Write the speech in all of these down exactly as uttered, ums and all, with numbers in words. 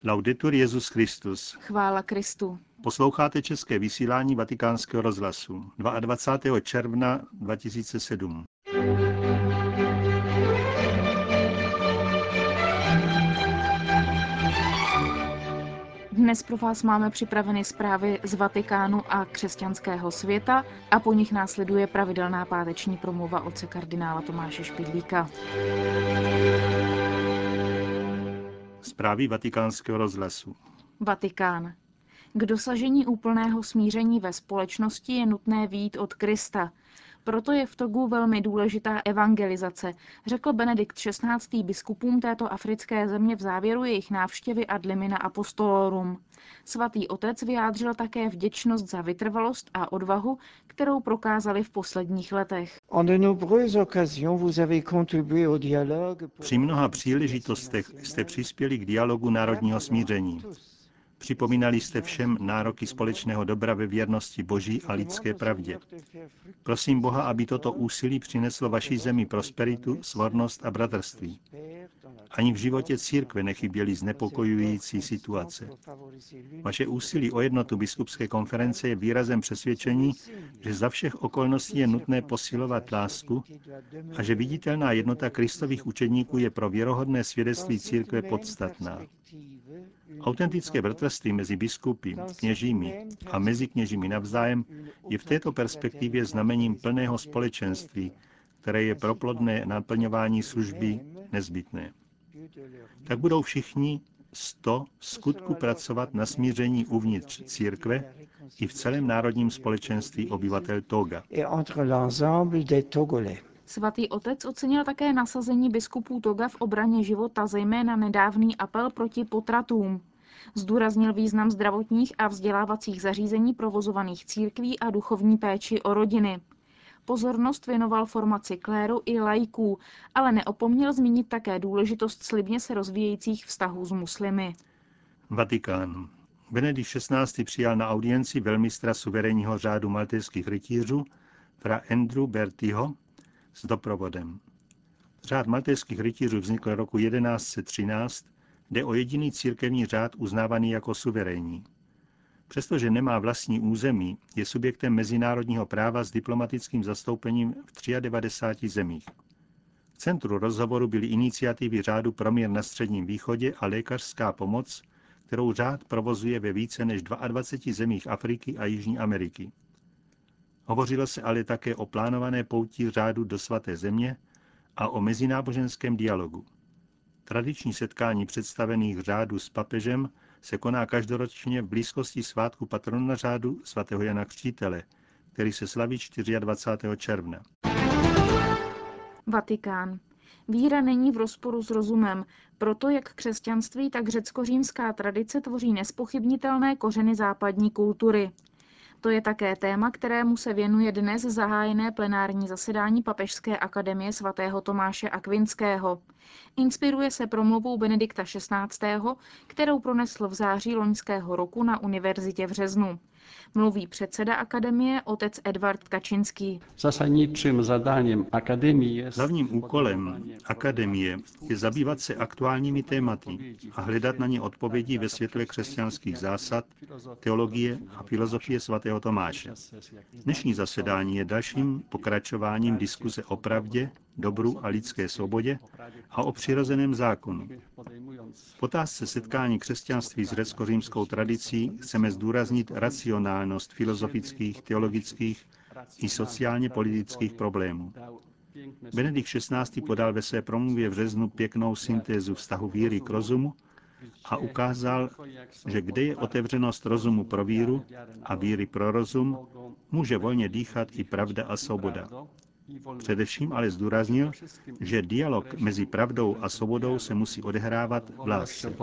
Laudetur Jesus Christus. Chvála Kristu. Posloucháte české vysílání Vatikánského rozhlasu dvacátého druhého června dva tisíce sedm. Dnes pro vás máme připraveny zprávy z Vatikánu a křesťanského světa a po nich následuje pravidelná páteční promluva otce kardinála Tomáše Špidlíka. Zprávy Vatikánského rozhlasu. Vatikán. K dosažení úplného smíření ve společnosti je nutné vyjít od Krista. Proto je v Togu velmi důležitá evangelizace, řekl Benedikt šestnáctý biskupům této africké země v závěru jejich návštěvy ad limina apostolorum. Svatý otec vyjádřil také vděčnost za vytrvalost a odvahu, kterou prokázali v posledních letech. Při mnoha příležitostech jste přispěli k dialogu národního smíření. Připomínali jste všem nároky společného dobra ve věrnosti Boží a lidské pravdě. Prosím Boha, aby toto úsilí přineslo vaší zemi prosperitu, svornost a bratrství. Ani v životě církve nechyběly znepokojující situace. Vaše úsilí o jednotu biskupské konference je výrazem přesvědčení, že za všech okolností je nutné posilovat lásku a že viditelná jednota Kristových učedníků je pro věrohodné svědectví církve podstatná. Autentické bratrství mezi biskupy, kněžími a mezi kněžími navzájem je v této perspektivě znamením plného společenství, které je pro plodné naplňování služby nezbytné. Tak budou všichni sto skutku pracovat na smíření uvnitř církve i v celém národním společenství obyvatel Toga. Svatý otec ocenil také nasazení biskupů Toga v obraně života, zejména nedávný apel proti potratům. Zdůraznil význam zdravotních a vzdělávacích zařízení provozovaných církví a duchovní péči o rodiny. Pozornost věnoval formaci kléru i laiků, ale neopomněl zmínit také důležitost slibně se rozvíjejících vztahů s muslimy. Vatikán. Benedikt šestnáctý přijal na audienci velmistra suverénního řádu maltéských rytířů fra Andrew Bertyho s doprovodem. Řád maltéských rytířů vznikl roku jedenáct set třináct, jde o jediný církevní řád uznávaný jako suverénní. Přestože nemá vlastní území, je subjektem mezinárodního práva s diplomatickým zastoupením v devadesáti třech zemích. V centru rozhovoru byly iniciativy řádu pro mír na Středním východě a lékařská pomoc, kterou řád provozuje ve více než dvaceti dvou zemích Afriky a Jižní Ameriky. Hovořilo se ale také o plánované pouti řádu do Svaté země a o mezináboženském dialogu. Tradiční setkání představených řádů s papežem se koná každoročně v blízkosti svátku patrona řádu svatého Jana Křtitele, který se slaví dvacátého čtvrtého června. Vatikán. Víra není v rozporu s rozumem, proto jak křesťanství, tak řecko-římská tradice tvoří nespochybnitelné kořeny západní kultury. To je také téma, kterému se věnuje dnes zahájené plenární zasedání Papežské akademie svatého Tomáše Akvinského. Inspiruje se promluvou Benedikta šestnáctého, kterou pronesl v září loňského roku na univerzitě v Řeznu. Mluví předseda akademie otec Edvard Kačinský. Zasadniczym zadaniem akademii jest Hlavním úkolem akademie je zabývat se aktuálními tématy a hledat na ně odpovědi ve světle křesťanských zásad, teologie a filozofie svatého Tomáše. Dnešní zasedání je dalším pokračováním diskuse o pravdě, dobru a lidské svobodě a o přirozeném zákonu. V otázce setkání křesťanství s řecko-římskou tradicí chceme zdůraznit racionálnost filozofických, teologických i sociálně-politických problémů. Benedikt šestnáctý podal ve své promluvě v březnu pěknou syntézu vztahu víry k rozumu a ukázal, že kde je otevřenost rozumu pro víru a víry pro rozum, může volně dýchat i pravda a svoboda. Především ale zdůraznil, že dialog mezi pravdou a svobodou se musí odehrávat v lásce.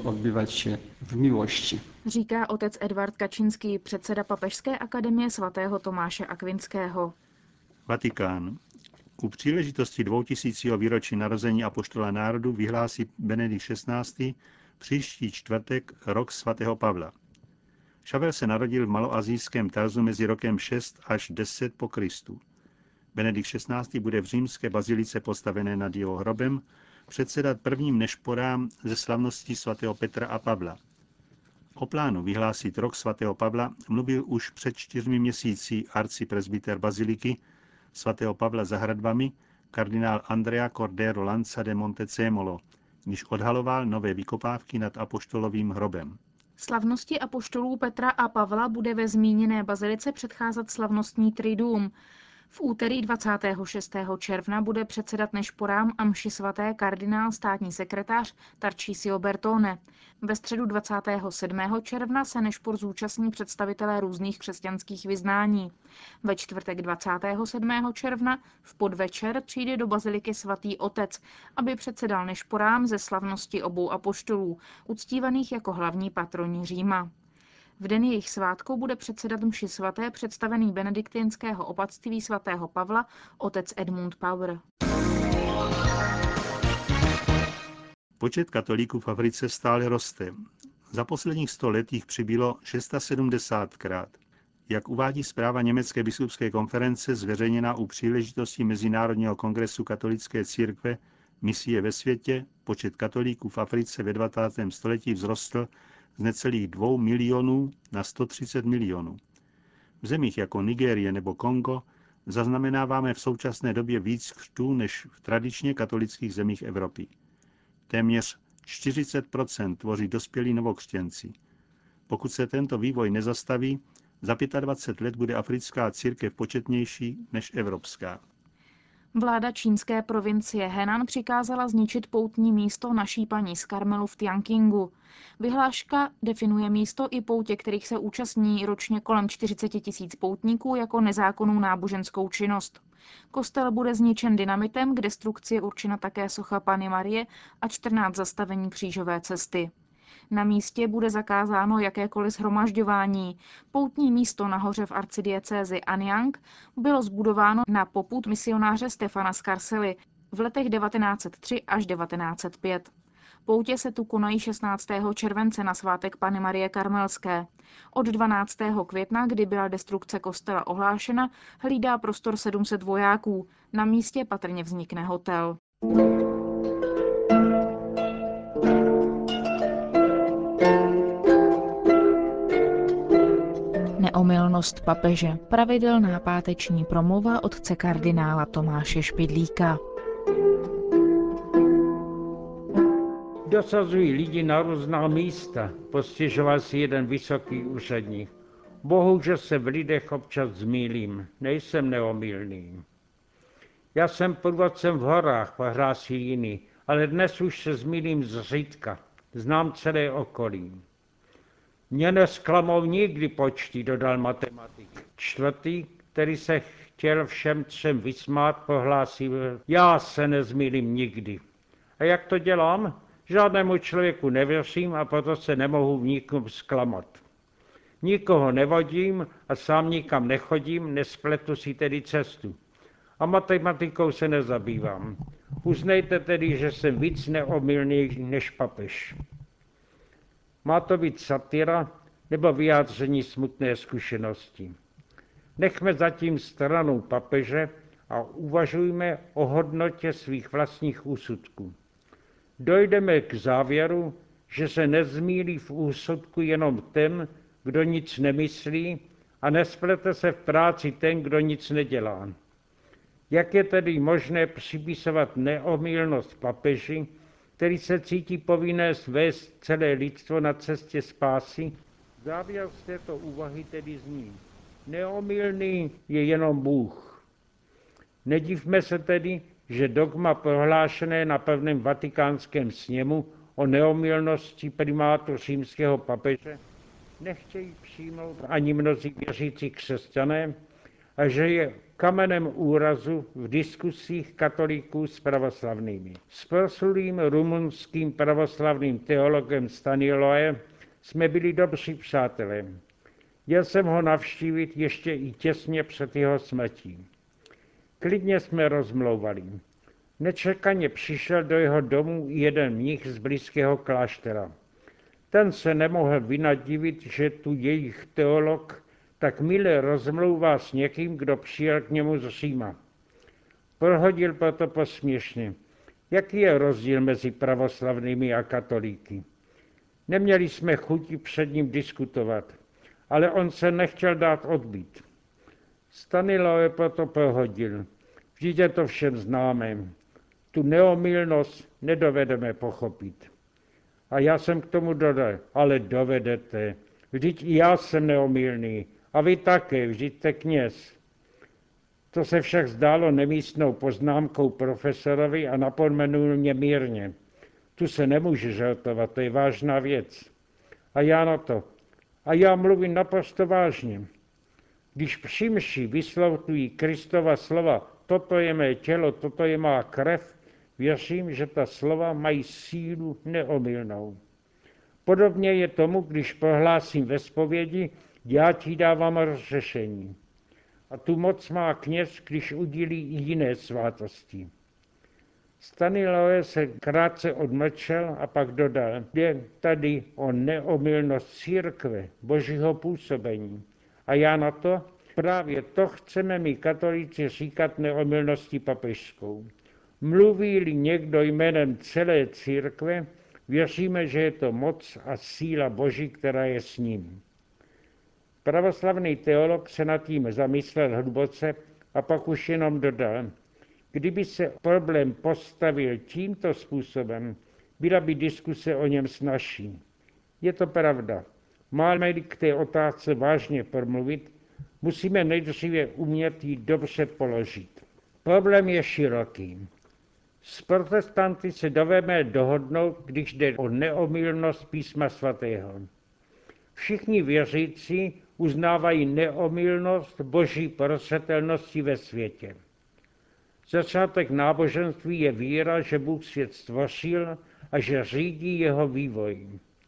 Říká otec Edvard Kačinský, předseda Papežské akademie svatého Tomáše Akvinského. Vatikán. U příležitosti dvoutisícího výročí narození apoštola národu vyhlásí Benedikt šestnáctý příští čtvrtek rok svatého Pavla. Šavel se narodil v maloasijském Tarzu mezi rokem šest až deset po Kristu. Benedikt šestnáctý bude v římské bazilice postavené nad jeho hrobem předsedat prvním nešporám ze slavností svatého Petra a Pavla. O plánu vyhlásit rok svatého Pavla mluvil už před čtyřmi měsíci arcipresbyter baziliky svatého Pavla za hradbami kardinál Andrea Cordero Lanza de Montezemolo, když odhaloval nové vykopávky nad apoštolovým hrobem. Slavnosti apoštolů Petra a Pavla bude ve zmíněné bazilice předcházet slavnostní triduum. V úterý dvacátého šestého června bude předsedat nešporám a mši svaté kardinál státní sekretář Tarcísio Bertone. Ve středu dvacátého sedmého června se nešpor zúčastní představitelé různých křesťanských vyznání. Ve čtvrtek dvacátého sedmého června v podvečer přijde do baziliky svatý otec, aby předsedal nešporám ze slavnosti obou apoštolů, uctívaných jako hlavní patroni Říma. V den jejich svátku bude předsedat mši svaté představený benediktinského opatství svatého Pavla otec Edmund Power. Počet katolíků v Africe stále roste. Za posledních sto let jich přibylo sedmdesátkrát. Jak uvádí zpráva Německé biskupské konference zveřejněná u příležitosti Mezinárodního kongresu katolické církve Misie ve světě, počet katolíků v Africe ve dvacátém století vzrostl z necelých dvou milionů na sto třicet milionů. V zemích jako Nigérie nebo Kongo zaznamenáváme v současné době víc křtů než v tradičně katolických zemích Evropy. Téměř čtyřicet procent tvoří dospělí novokřtěnci. Pokud se tento vývoj nezastaví, za dvacet pět let bude africká církev početnější než evropská. Vláda čínské provincie Henan přikázala zničit poutní místo Naší paní z Karmelu v Tianqingu. Vyhláška definuje místo i poutě, kterých se účastní ročně kolem čtyřicet tisíc poutníků jako nezákonnou náboženskou činnost. Kostel bude zničen dynamitem, k destrukci je určena také socha Panny Marie a čtrnáct zastavení křížové cesty. Na místě bude zakázáno jakékoliv shromažďování. Poutní místo nahoře v arcidiecézi Anyang bylo zbudováno na popud misionáře Stefana z Karsely v letech devatenáct set tři až devatenáct set pět. Poutě se tu konají šestnáctého července na svátek Panny Marie Karmelské. Od dvanáctého května, kdy byla destrukce kostela ohlášena, hlídá prostor sedm set vojáků. Na místě patrně vznikne hotel. Neomylnost papeže. Pravidelná páteční promluva otce kardinála Tomáše Špidlíka. Dosazují lidi na různá místa, postěžoval si jeden vysoký úředník. Bohu, že se v lidech občas zmýlím, nejsem neomylný. Já jsem průvodcem v horách, pohrásí jiný, ale dnes už se zmýlím zřídka, znám celé okolí. Mě nesklamou nikdy počty, dodal matematik. Čtvrtý, který se chtěl všem třem vysmát, pohlásil, já se nezmýlím nikdy. A jak to dělám? Žádnému člověku nevěřím a proto se nemohu v nikom zklamat. Nikoho nevodím a sám nikam nechodím, nespletu si tedy cestu. A matematikou se nezabývám. Uznejte tedy, že jsem víc neomylný než papež. Má to být satyra nebo vyjádření smutné zkušenosti. Nechme zatím stranou papeže a uvažujme o hodnotě svých vlastních úsudků. Dojdeme k závěru, že se nezmýlí v úsudku jenom ten, kdo nic nemyslí a nesplete se v práci ten, kdo nic nedělá. Jak je tedy možné připisovat neomylnost papeži, který se cítí povinné svést celé lidstvo na cestě spásy? Závěr z této úvahy tedy zní, neomylný je jenom Bůh. Nedivme se tedy, že dogma prohlášené na prvním vatikánském sněmu o neomylnosti primátu římského papeže nechtějí přijmout ani mnozí věřící křesťané a že je kamenem úrazu v diskusích katolíků s pravoslavnými. S proslulým rumunským pravoslavným teologem Staniloe jsme byli dobří přátelé. Jel jsem ho navštívit ještě i těsně před jeho smrtí. Klidně jsme rozmlouvali. Nečekaně přišel do jeho domu jeden mnich z blízkého kláštera. Ten se nemohl vynadivit, že tu jejich teolog tak mile rozmlouvá s někým, kdo přijel k němu z Říma. Prohodil proto posměšně. Jaký je rozdíl mezi pravoslavnými a katolíky? Neměli jsme chuti před ním diskutovat, ale on se nechtěl dát odbít. Stanislav proto prohodil. Vždyť je to všem známé. Tu neomylnost nedovedeme pochopit. A já jsem k tomu dodal, ale dovedete. Vždyť i já jsem neomylný. A vy také, vždyť jste kněz. To se však zdálo nemístnou poznámkou profesorovi a napomenul mě mírně. Tu se nemůže žartovat, to je vážná věc. A já na to. A já mluvím naprosto vážně. Když při mši vyslovují Kristova slova, toto je mé tělo, toto je má krev, věřím, že ta slova mají sílu neomylnou. Podobně je tomu, když prohlásím ve zpovědi, já ti dávám rozřešení. A tu moc má kněz, když udílí i jiné svátosti. Stanislav se krátce odmlčel a pak dodal, jde tady o neomylnost církve, božího působení. A já na to, právě to chceme my katolíci říkat neomylnosti papežskou. Mluví-li někdo jménem celé církve, věříme, že je to moc a síla Boží, která je s ním. Pravoslavný teolog se nad tím zamyslel hluboce a pak už jenom dodal, kdyby se problém postavil tímto způsobem, byla by diskuse o něm snazší. Je to pravda. Máme-li k té otázce vážně promluvit, musíme nejdříve umět ji dobře položit. Problém je široký. S protestanty se dovedeme dohodnout, když jde o neomylnost písma svatého. Všichni věřící uznávají neomylnost boží prozřetelnosti ve světě. Začátek náboženství je víra, že Bůh svět stvořil a že řídí jeho vývoj.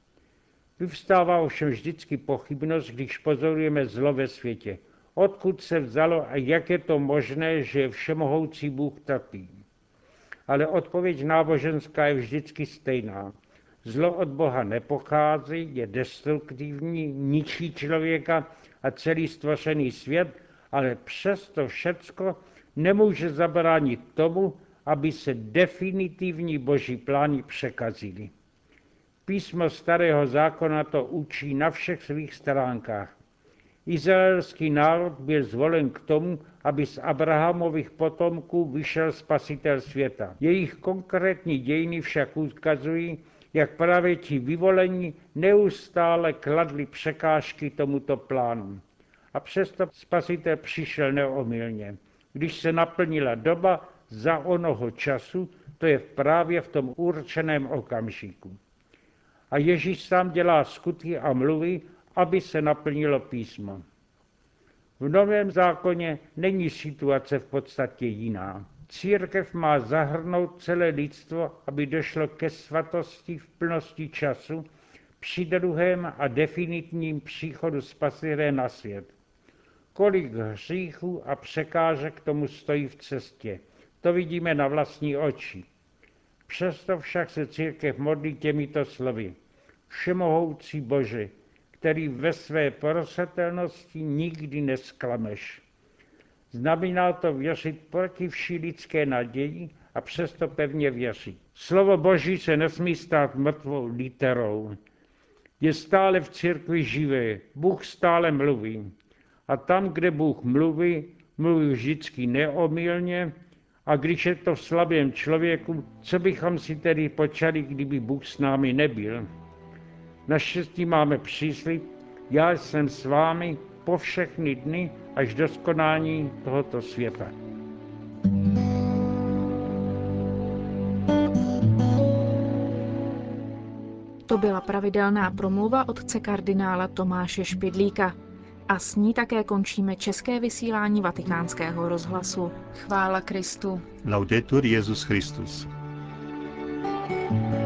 Vyvstává ovšem vždycky pochybnost, když pozorujeme zlo ve světě. Odkud se vzalo a jak je to možné, že všemohoucí Bůh trpí? Ale odpověď náboženská je vždycky stejná. Zlo od Boha nepochází, je destruktivní, ničí člověka a celý stvořený svět, ale přesto všecko nemůže zabránit tomu, aby se definitivní boží plány překazily. Písmo Starého zákona to učí na všech svých stránkách. Izraelský národ byl zvolen k tomu, aby z Abrahamových potomků vyšel spasitel světa. Jejich konkrétní dějiny však ukazují, jak právě ti vyvolení neustále kladli překážky tomuto plánu. A přesto spasitel přišel neomylně. Když se naplnila doba za onoho času, to je právě v tom určeném okamžiku. A Ježíš sám dělá skutky a mluví, aby se naplnilo písmo. V Novém zákoně není situace v podstatě jiná. Církev má zahrnout celé lidstvo, aby došlo ke svatosti v plnosti času při druhém a definitivním příchodu Spasitele na svět. Kolik hříchů a překážek tomu stojí v cestě, to vidíme na vlastní oči. Přesto však se církev modlí těmito slovy. Všemohoucí Bože, který ve své prozřetelnosti nikdy nesklameš. Znamená to věřit proti vší lidské naději a přesto pevně věřit. Slovo Boží se nesmí stát mrtvou literou. Je stále v církvi živé. Bůh stále mluví. A tam, kde Bůh mluví, mluví vždycky neomylně. A když je to v slabém člověku, co bychom si tedy počali, kdyby Bůh s námi nebyl? Naštěstí máme příslib, já jsem s vámi po všechny dny až do skonání tohoto světa. To byla pravidelná promluva otce kardinála Tomáše Špidlíka. A s ní také končíme české vysílání Vatikánského rozhlasu. Chvála Kristu. Laudetur Jesus Christus. thank you